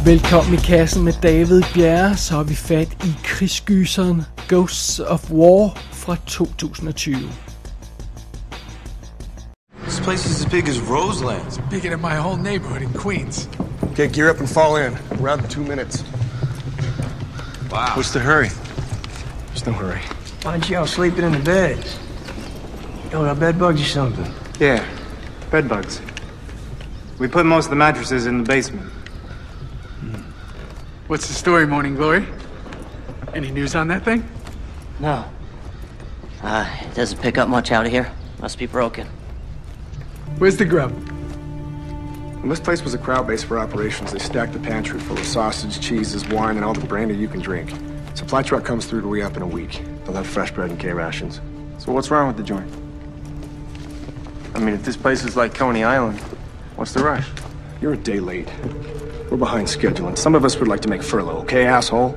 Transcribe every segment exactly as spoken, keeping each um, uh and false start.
Velkommen i kassen med David Bjerre, så har vi fat i krigsgyseren Ghosts of War fra to tusind og tyve. This place is as big as Roseland. It's bigger than my whole neighborhood in Queens. Okay, gear up and fall in. Around in two minutes. Wow. What's the hurry? There's no hurry. Why aren't y'all sleeping in the beds? Y'all got bed bugs or something? Yeah, bed bugs. We put most of the mattresses in the basement. What's the story, Morning Glory? Any news on that thing? No. Uh, it doesn't pick up much out of here. Must be broken. Where's the grub? When this place was a crowd base for operations, they stacked the pantry full of sausage, cheeses, wine, and all the brandy you can drink. Supply truck comes through to re-up in a week. They'll have fresh bread and K-rations. So what's wrong with the joint? I mean, if this place is like Coney Island, what's the rush? You're a day late. We're behind schedule, and some of us would like to make furlough, okay, asshole?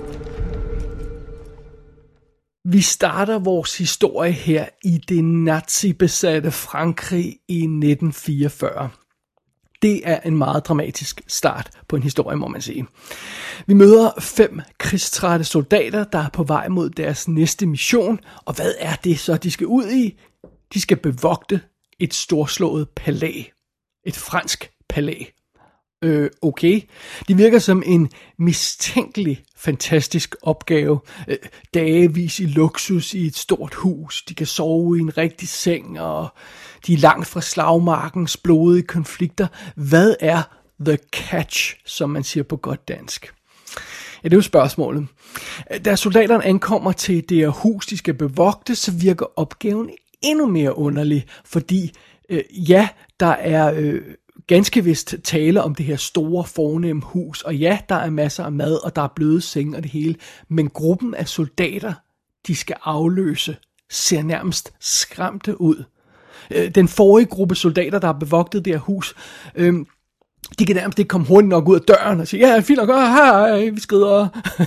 Vi starter vores historie her i det nazibesatte Frankrig i nitten fireogfyrre. Det er en meget dramatisk start på en historie, må man sige. Vi møder fem krigstrætte soldater, der er på vej mod deres næste mission. Og hvad er det så, de skal ud i? De skal bevogte et storslået palæ. Et fransk palæ. Øh, okay. De virker som en mistænkelig, fantastisk opgave. Øh, dagevis i luksus i et stort hus. De kan sove i en rigtig seng, og de er langt fra slagmarkens blodige konflikter. Hvad er the catch, som man siger på godt dansk? Ja, det er jo spørgsmålet. Da soldaterne ankommer til det her hus, de skal bevogte, så virker opgaven endnu mere underlig, fordi øh, ja, der er øh, ganske vist tale om det her store, fornemme hus, og ja, der er masser af mad, og der er bløde senge og det hele, men gruppen af soldater, de skal afløse, ser nærmest skræmte ud. Øh, den forrige gruppe soldater, der har bevogtet det her hus, øh, de kan nærmest ikke komme hurtigt nok ud af døren og sige, ja, fint nok, hej, vi skrider.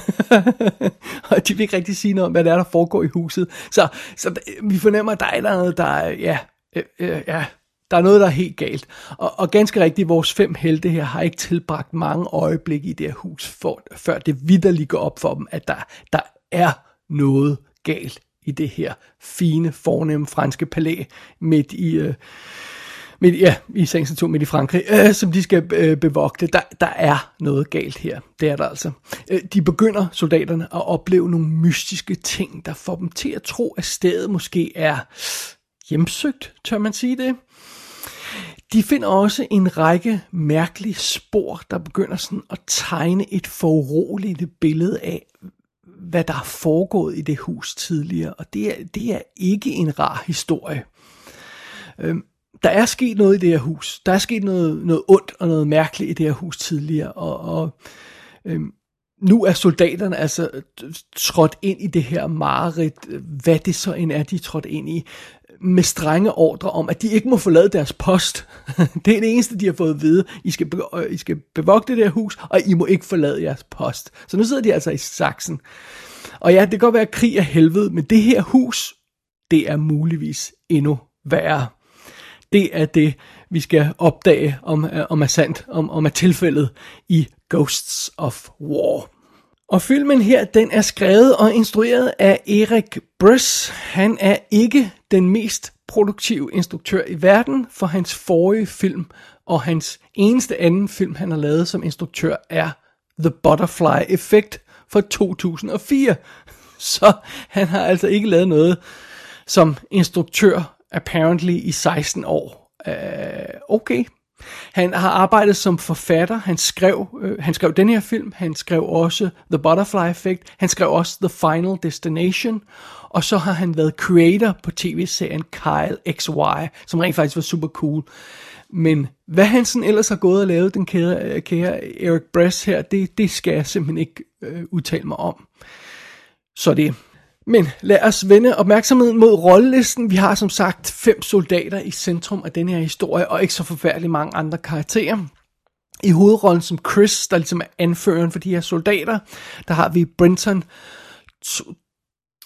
Og de vil ikke rigtig sige noget om, hvad det er, der foregår i huset. Så, så vi fornemmer, at der er noget, der er, ja, øh, øh, ja, der er noget, der er helt galt. Og, og ganske rigtigt, vores fem helte her har ikke tilbragt mange øjeblikke i det her hus, for, før det vitterligt går op for dem, at der, der er noget galt i det her fine, fornemme franske palæ midt i... Øh, Midt, ja, i sagens natur midt i Frankrig, øh, som de skal øh, bevogte. Der, der er noget galt her. Det er der altså. Øh, de begynder, soldaterne, at opleve nogle mystiske ting, der får dem til at tro, at stedet måske er hjemsøgt, tør man sige det. De finder også en række mærkelige spor, der begynder sådan at tegne et foruroligende billede af, hvad der er foregået i det hus tidligere. Og det er, det er ikke en rar historie. Øh, Der er sket noget i det her hus. Der er sket noget, noget ondt og noget mærkeligt i det her hus tidligere. Og, og øhm, nu er soldaterne altså trådt ind i det her mareridt, hvad det så end er, de er trådt ind i, med strenge ordre om, at de ikke må forlade deres post. Det er det eneste, de har fået at vide. I skal, be- I skal bevogte det her hus, og I må ikke forlade jeres post. Så nu sidder de altså i saksen. Og ja, det kan godt være krig af helvede, men det her hus, det er muligvis endnu værre. Det er det, vi skal opdage, om, om er sandt, om, om er tilfældet i Ghosts of War. Og filmen her, den er skrevet og instrueret af Eric Bress. Han er ikke den mest produktive instruktør i verden, for hans forrige film og hans eneste anden film, han har lavet som instruktør, er The Butterfly Effect fra to tusind og fire. Så han har altså ikke lavet noget som instruktør apparently i seksten år. Uh, okay. Han har arbejdet som forfatter. Han skrev, uh, han skrev den her film. Han skrev også The Butterfly Effect. Han skrev også The Final Destination. Og så har han været creator på tv-serien Kyle X Y, som rent faktisk var super cool. Men hvad han sådan ellers har gået og lavet, den kære, kære Eric Bress her, det, det skal jeg simpelthen ikke uh, udtale mig om. Så det. Men lad os vende opmærksomheden mod rollelisten. Vi har som sagt fem soldater i centrum af den her historie, og ikke så forfærdeligt mange andre karakterer. I hovedrollen som Chris, der ligesom er anføreren for de her soldater, der har vi Brenton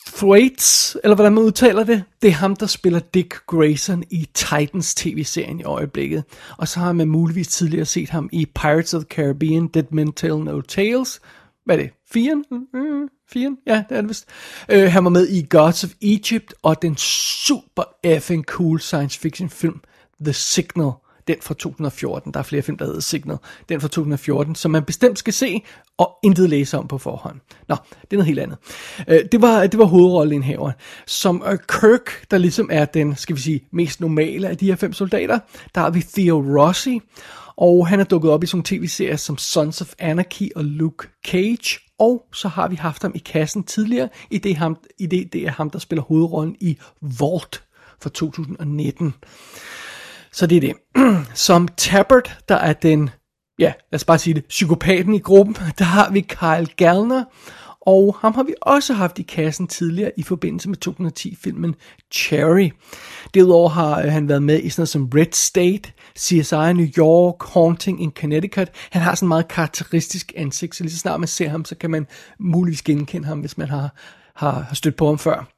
Thwaites, eller hvordan man udtaler det, det er ham, der spiller Dick Grayson i Titans tv-serien i øjeblikket. Og så har man muligvis tidligere set ham i Pirates of the Caribbean, Dead Men Tell No Tales. Hvad er det? Firen? Mm, firen? Ja, det er det vist. Uh, han var med i Gods of Egypt, og den super effing cool science fiction film, The Signal. Den fra to tusind og fjorten. Der er flere film, der hedder Signal. Den fra to tusind og fjorten, som man bestemt skal se, og intet læse om på forhånd. Nå, det er noget helt andet. Uh, det var, det var hovedrolleindhaveren. Som uh, Kirk, der ligesom er den, skal vi sige, mest normale af de her fem soldater, der har vi Theo Rossi, og han er dukket op i sådan nogle tv-serier som Sons of Anarchy og Luke Cage, og så har vi haft ham i kassen tidligere, i det, ham, i det, det er ham, der spiller hovedrollen i Vault fra to tusind og nitten. Så det er det. Som Tappert, der er den, ja, lad os bare sige det, psykopaten i gruppen, der har vi Kyle Gallner, og ham har vi også haft i kassen tidligere i forbindelse med to tusind og ti-filmen Cherry. Derudover har han været med i sådan noget som Red State, C S I New York, Haunting in Connecticut. Han har sådan en meget karakteristisk ansigt, så lige så snart man ser ham, så kan man muligvis genkende ham, hvis man har, har, har stødt på ham før.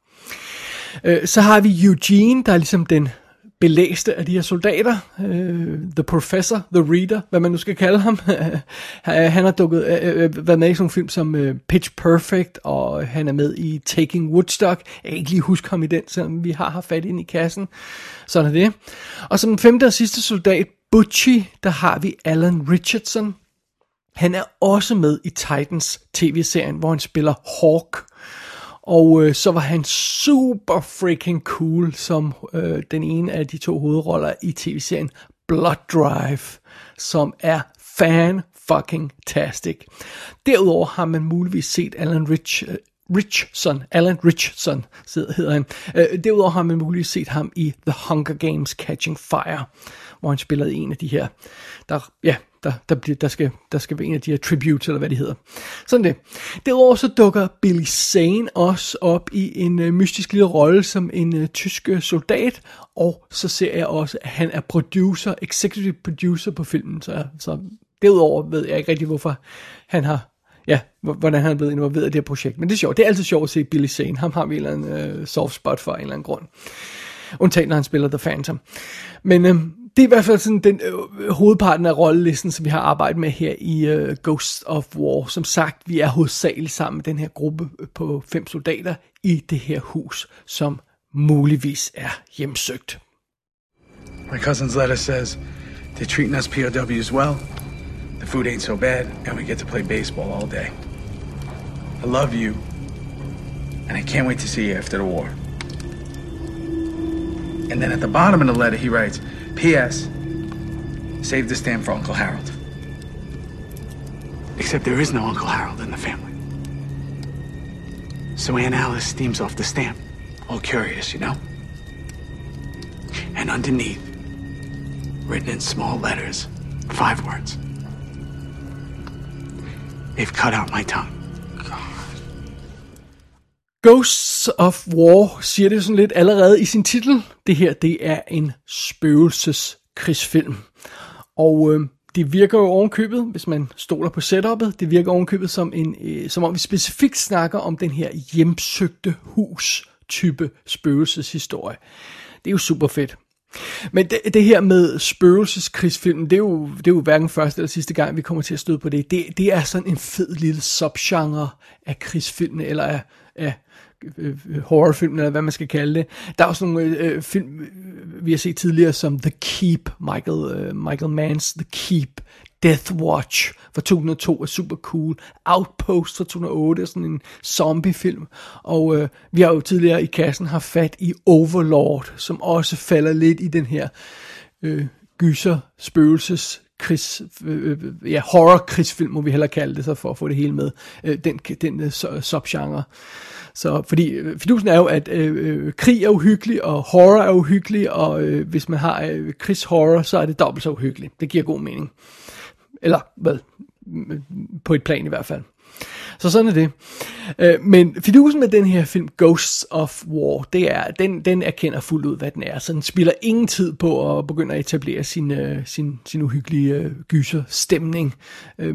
Så har vi Eugene, der er ligesom den belæste af de her soldater, uh, The Professor, The Reader, hvad man nu skal kalde ham. Han har dukket, uh, været med i sådan nogle film som uh, Pitch Perfect, og han er med i Taking Woodstock. Jeg kan ikke lige huske ham i den, selvom vi har haft fat ind i kassen. Sådan er det. Og som den femte og sidste soldat, Butchie, der har vi Alan Richardson. Han er også med i Titans tv-serien, hvor han spiller Hawk. Og øh, så var han super freaking cool som øh, den ene af de to hovedroller i tv-serien Blood Drive, som er fan-fucking-tastic. Derudover har man muligvis set Alan Rich, øh, Richardson, Alan Richardson hedder han. Øh, derudover har man muligvis set ham i The Hunger Games Catching Fire, hvor han spillede en af de her, der, ja, der, der, bliver, der, skal, der skal være en af de her tributes, eller hvad de hedder. Sådan det. Derudover så dukker Billy Zane også op i en uh, mystisk lille rolle som en uh, tysk uh, soldat, og så ser jeg også, at han er producer, executive producer på filmen, så, så derudover ved jeg ikke rigtig, hvorfor han har, ja, hvordan han er blevet involveret i det her projekt. Men det er sjovt, det er altid sjovt at se Billy Zane, ham har vi en eller anden uh, soft spot for en eller anden grund. Undtagen når han spiller The Phantom. Men øh, det er i hvert fald sådan den øh, hovedparten af rollelisten, som vi har arbejdet med her i øh, Ghosts of War. Som sagt, vi er hovedsageligt sammen med den her gruppe på fem soldater i det her hus, som muligvis er hjemsøgt. My cousin's letter says they're treating us P O Ws well. The food ain't so bad, and we get to play baseball all day. I love you, and I can't wait to see you after the war. And then at the bottom of the letter, he writes, P S Save the stamp for Uncle Harold. Except there is no Uncle Harold in the family. So Aunt Alice steams off the stamp, all curious, you know? And underneath, written in small letters, five words. They've cut out my tongue. Ghosts of War siger det sådan lidt allerede i sin titel. Det her, det er en spøgelseskrigsfilm. Og øh, det virker jo ovenkøbet, hvis man stoler på setup'et, det virker ovenkøbet som, en, øh, som om vi specifikt snakker om den her hjemsøgte hus-type spøgelseshistorie. Det er jo super fedt. Men det, det her med spøgelseskrigsfilmen, det er, jo, det er jo hverken første eller sidste gang, vi kommer til at støde på det. Det, det er sådan en fed lille subgenre af krigsfilm, eller af, af horrorfilm, eller hvad man skal kalde det. Der er også nogle øh, film, vi har set tidligere, som The Keep, Michael, øh, Michael Mann's The Keep, Death Watch fra to tusind og to er super cool, Outpost fra to tusind og otte er sådan en zombiefilm, og øh, vi har jo tidligere i kassen haft fat i Overlord, som også falder lidt i den her øh, gyser, spøgelses, krigs, øh, ja, horror-krigsfilm, må vi hellere kalde det, så for at få det hele med, øh, den, den øh, subgenre. Så, fordi øh, fidusen er jo, at øh, krig er uhyggelig, og horror er uhyggelig, og øh, hvis man har øh, krigshorror, så er det dobbelt så uhyggeligt. Det giver god mening. Eller, hvad? På et plan i hvert fald. Så sådan er det. Øh, men fidusen med den her film, Ghosts of War, det er, den, den erkender fuldt ud, hvad den er. Så den spilder ingen tid på at begynde at etablere sin, øh, sin, sin uhyggelige øh, gyser stemning. Øh,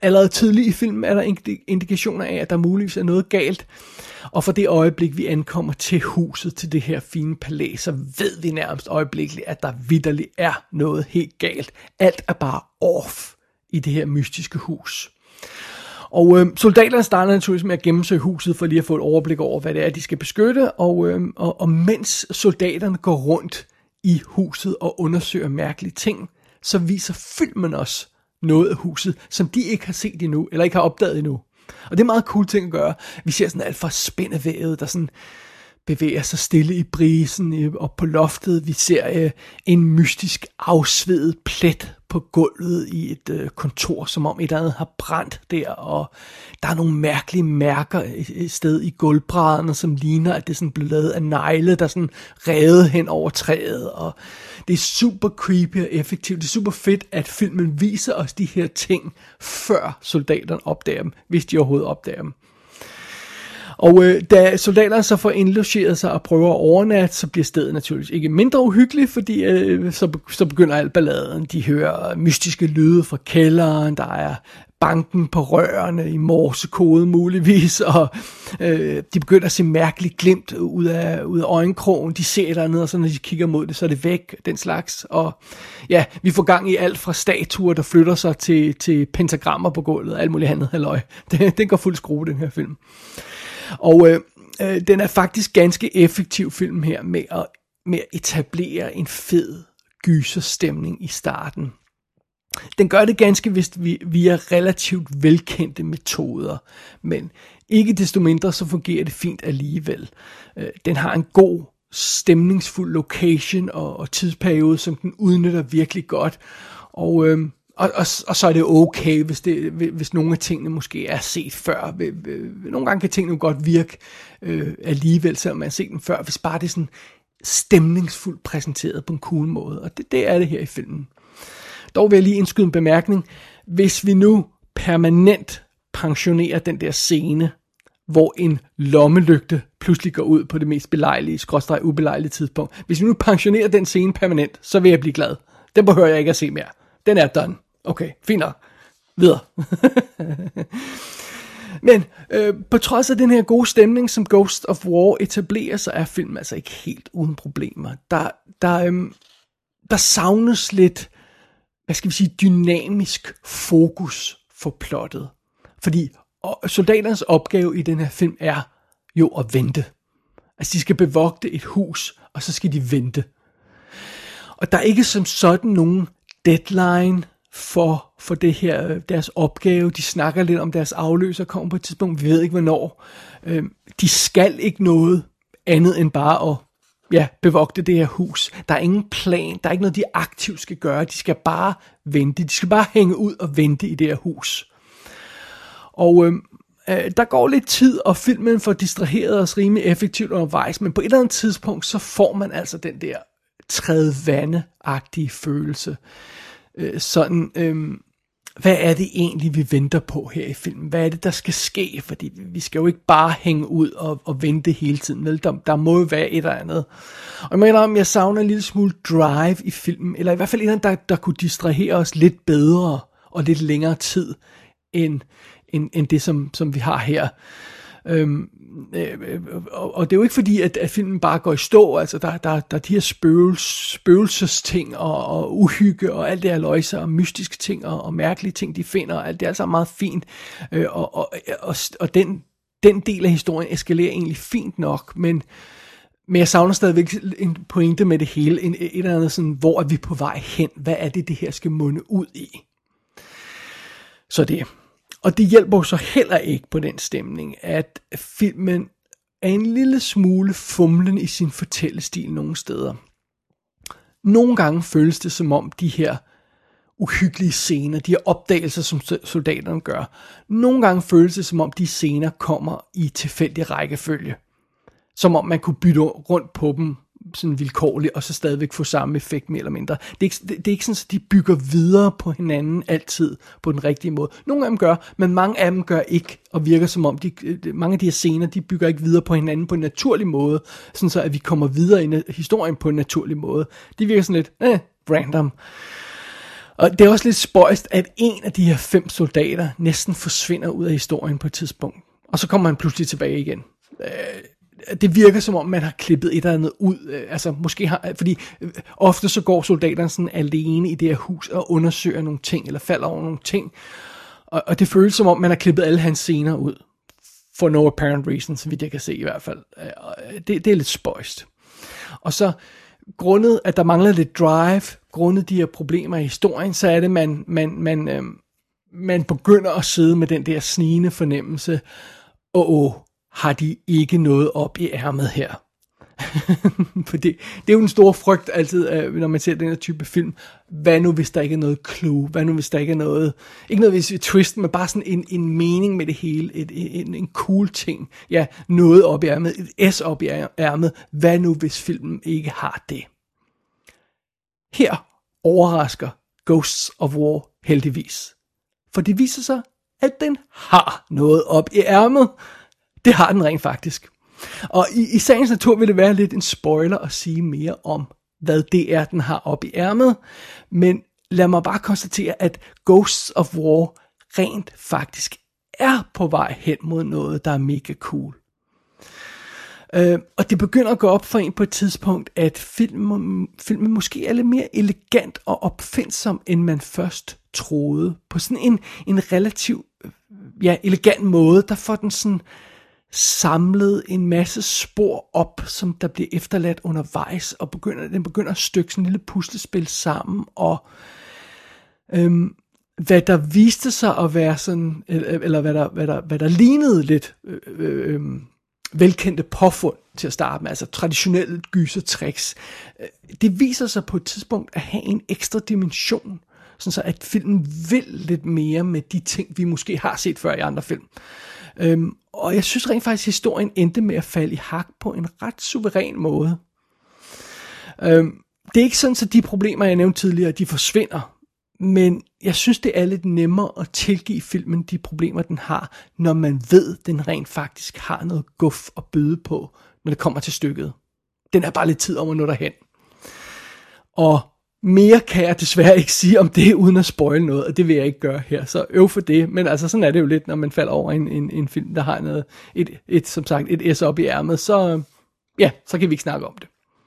allerede tidligt i filmen er der indikationer af, at der muligvis er noget galt. Og for det øjeblik, vi ankommer til huset, til det her fine palæ, så ved vi nærmest øjeblikkeligt, at der vitterligt er noget helt galt. Alt er bare off i det her mystiske hus. Og øh, soldaterne starter naturligvis med at gennemsøge huset, for lige at få et overblik over, hvad det er, de skal beskytte. Og, øh, og, og mens soldaterne går rundt i huset og undersøger mærkelige ting, så viser filmen os noget af huset, som de ikke har set endnu, eller ikke har opdaget endnu. Og det er meget cool ting at gøre. Vi ser sådan alt fra spændevævet, der sådan bevæger sig stille i brisen og på loftet. Vi ser øh, en mystisk afsvedet plet på gulvet i et øh, kontor, som om et eller andet har brændt der, og der er nogle mærkelige mærker et sted i gulvbrædderne, som ligner, at det sådan blev lavet af negle, der sådan revet hen over træet, og det er super creepy og effektivt. Det er super fedt, at filmen viser os de her ting, før soldaterne opdager dem, hvis de overhovedet opdager dem. Og øh, da soldaterne så får indlogeret sig og prøver at overnatte, så bliver stedet naturligvis ikke mindre uhyggeligt, fordi øh, så, så begynder alt balladen. De hører mystiske lyde fra kælderen, der er banken på rørene i morsekode muligvis, og øh, de begynder at se mærkeligt glimt ud af, ud af øjenkrogen. De ser dernede, og så når de kigger mod det, så er det væk, den slags. Og ja, vi får gang i alt fra statuer, der flytter sig til, til pentagrammer på gulvet, og alt muligt andet halløj. Den, den går fuld skrue, den her film. Og øh, øh, den er faktisk ganske effektiv film her med at, med at etablere en fed gyserstemning i starten. Den gør det ganske vist via relativt velkendte metoder, men ikke desto mindre så fungerer det fint alligevel. Øh, den har en god, stemningsfuld location og, og tidsperiode, som den udnytter virkelig godt, og... Øh, Og, og, og så er det okay, hvis, det, hvis nogle af tingene måske er set før. Nogle gange kan tingene godt virke øh, alligevel, selvom man har set dem før, hvis bare det er sådan stemningsfuldt præsenteret på en cool måde. Og det, det er det her i filmen. Dog vil jeg lige indskyde en bemærkning. Hvis vi nu permanent pensionerer den der scene, hvor en lommelygte pludselig går ud på det mest belejlige, skråstreg ubelejlige tidspunkt. Hvis vi nu pensionerer den scene permanent, så vil jeg blive glad. Den behøver jeg ikke at se mere. Den er done. Okay, fint nok. Videre. Men øh, på trods af den her gode stemning, som Ghost of War etablerer, så er filmen altså ikke helt uden problemer. Der, der, øh, der savnes lidt, hvad skal vi sige, dynamisk fokus for plottet. Fordi soldaternes opgave i den her film er jo at vente. Altså de skal bevogte et hus, og så skal de vente. Og der er ikke som sådan nogen deadline for, for det her, deres opgave. De snakker lidt om deres afløser, kommer på et tidspunkt, vi ved ikke hvornår. Øh, de skal ikke noget andet end bare at ja, bevogte det her hus. Der er ingen plan, der er ikke noget, de aktivt skal gøre. De skal bare vente. De skal bare hænge ud og vente i det her hus. Og øh, øh, der går lidt tid, og filmen får distraheret os rimelig effektivt undervejs, men på et eller andet tidspunkt, så får man altså den der træde vande-agtige følelse. Øh, sådan, øh, hvad er det egentlig, vi venter på her i filmen? Hvad er det, der skal ske? Fordi vi skal jo ikke bare hænge ud og, og vente hele tiden. Vel? Der, der må jo være et eller andet. Og jeg mener om, jeg savner en lille smule drive i filmen, eller i hvert fald et eller andet, der, der kunne distrahere os lidt bedre og lidt længere tid, end, end, end det, som, som vi har her. Øhm, øh, og, og det er jo ikke fordi, at, at filmen bare går i stå. Altså, der, der, der er de her spøgels, spøgelsesting og, og uhygge og alt det her løjser og mystiske ting og, og mærkelige ting, de finder. Og alt det er altså meget fint. Øh, og og, og, og den, den del af historien eskalerer egentlig fint nok, men, men jeg savner stadigvæk en pointe med det hele. En, et eller andet sådan, hvor er vi på vej hen? Hvad er det, det her skal munde ud i? Så det Og det hjælper jo så heller ikke på den stemning, at filmen er en lille smule fumlen i sin fortællestil nogle steder. Nogle gange føles det som om de her uhyggelige scener, de her opdagelser, som soldaterne gør, nogle gange føles det som om de scener kommer i tilfældig rækkefølge. Som om man kunne bytte rundt på dem sådan vilkårligt, og så stadigvæk få samme effekt mere eller mindre. Det er ikke, det, det er ikke sådan, at de bygger videre på hinanden altid på den rigtige måde. Nogle af dem gør, men mange af dem gør ikke, og virker som om, de, mange af de her scener, de bygger ikke videre på hinanden på en naturlig måde, sådan så at vi kommer videre i historien på en naturlig måde. De virker sådan lidt, eh, random. Og det er også lidt spøjst, at en af de her fem soldater næsten forsvinder ud af historien på et tidspunkt. Og så kommer han pludselig tilbage igen. Det virker som om, man har klippet et eller andet ud. Altså måske har, fordi ofte så går soldaterne sådan alene i det her hus og undersøger nogle ting, eller falder over nogle ting. Og, og det føles som om, man har klippet alle hans scener ud. For no apparent reason, så vidt jeg kan se i hvert fald. Det, det er lidt spøjst. Og så grundet, at der mangler lidt drive, grundet de her problemer i historien, så er det, man, man, man, øh, man begynder at sidde med den der snigende fornemmelse, åh, åh, har de ikke noget op i ærmet her? For det, det er jo en stor frygt altid, øh, når man ser den her type film. Hvad nu, hvis der ikke er noget clue? Hvad nu, hvis der ikke er noget, ikke noget hvis twist, men bare sådan en, en mening med det hele, et, en, en cool ting. Ja, noget op i ærmet, et S op i ærmet. Hvad nu, hvis filmen ikke har det? Her overrasker Ghosts of War heldigvis. For det viser sig, at den har noget op i ærmet. Det har den rent faktisk. Og i, i sagens natur vil det være lidt en spoiler at sige mere om, hvad det er, den har op i ærmet. Men lad mig bare konstatere, at Ghosts of War rent faktisk er på vej hen mod noget, der er mega cool. Uh, og det begynder at gå op for en på et tidspunkt, at filmen, filmen måske er lidt mere elegant og opfindsom, end man først troede. På sådan en, en relativ ja, elegant måde, der får den sådan samlet en masse spor op, som der bliver efterladt undervejs, og begynder, den begynder at stykke sådan en lille puslespil sammen, og øhm, hvad der viste sig at være sådan, eller hvad der, hvad der, hvad der lignede lidt øh, øh, velkendte påfund til at starte med, altså traditionelle gysertricks, det viser sig på et tidspunkt at have en ekstra dimension, sådan så at filmen vil lidt mere med de ting, vi måske har set før i andre film. Øhm, og jeg synes rent faktisk, at historien endte med at falde i hak på en ret suveræn måde. Øhm, det er ikke sådan, at de problemer, jeg nævnte tidligere, de forsvinder. Men jeg synes, det er lidt nemmere at tilgive filmen de problemer, den har, når man ved, at den rent faktisk har noget guf at byde på, når det kommer til stykket. Den er bare lidt tid om at nå derhen. Og mere kan jeg desværre ikke sige om det, uden at spoile noget, og det vil jeg ikke gøre her, så øv for det. Men altså, sådan er det jo lidt, når man falder over en, en, en film, der har noget, et, et, som sagt, et S op i ærmet, så ja, så kan vi ikke snakke om det.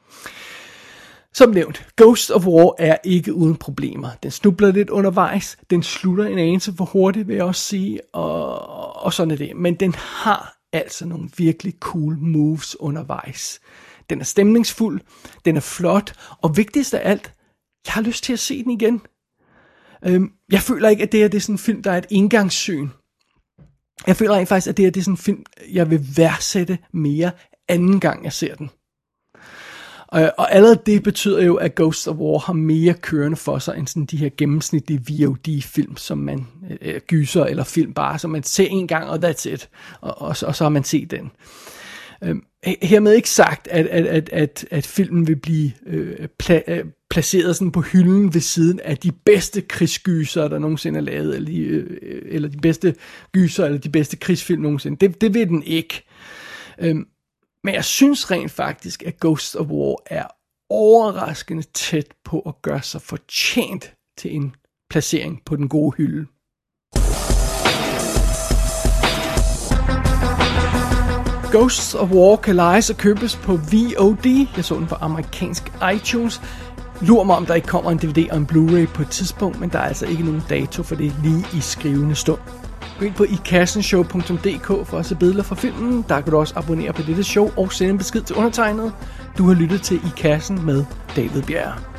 Som nævnt, Ghost of War er ikke uden problemer. Den snubler lidt undervejs, den slutter en anelse for hurtigt, vil jeg også sige, og, og sådan er det. Men den har altså nogle virkelig cool moves undervejs. Den er stemningsfuld, den er flot, og vigtigst af alt, jeg har lyst til at se den igen. Øhm, jeg føler ikke, at det her det er sådan en film, der er et engangssyn. Jeg føler rent faktisk, at det her det er sådan en film, jeg vil værdsætte mere anden gang, jeg ser den. Og, og allerede det betyder jo, at Ghosts of War har mere kørende for sig, end sådan de her gennemsnitlige V O D-film, som man øh, gyser eller film bare, som man ser en gang, og that's it. Og, og, og så har man set den. Øhm, hermed ikke sagt, at, at, at, at, at filmen vil blive øh, pla- øh, placeret sådan på hylden ved siden af de bedste krigsgyser, der nogensinde er lavet, eller de, øh, eller de bedste gyser, eller de bedste krigsfilm nogensinde. Det, det vil den ikke. Øhm, men jeg synes rent faktisk, at Ghost of War er overraskende tæt på at gøre sig fortjent til en placering på den gode hylde. Ghosts of War kan lejes og købes på V O D. Jeg så den på amerikansk iTunes. Lur mig, om der ikke kommer en D V D og en Blu-ray på et tidspunkt, men der er altså ikke nogen dato for det lige i skrivende stund. Gå ind på i kassen show punktum d k for at se billeder fra filmen. Der kan du også abonnere på dette show og sende en besked til undertegnet. Du har lyttet til I Kassen med David Bjerre.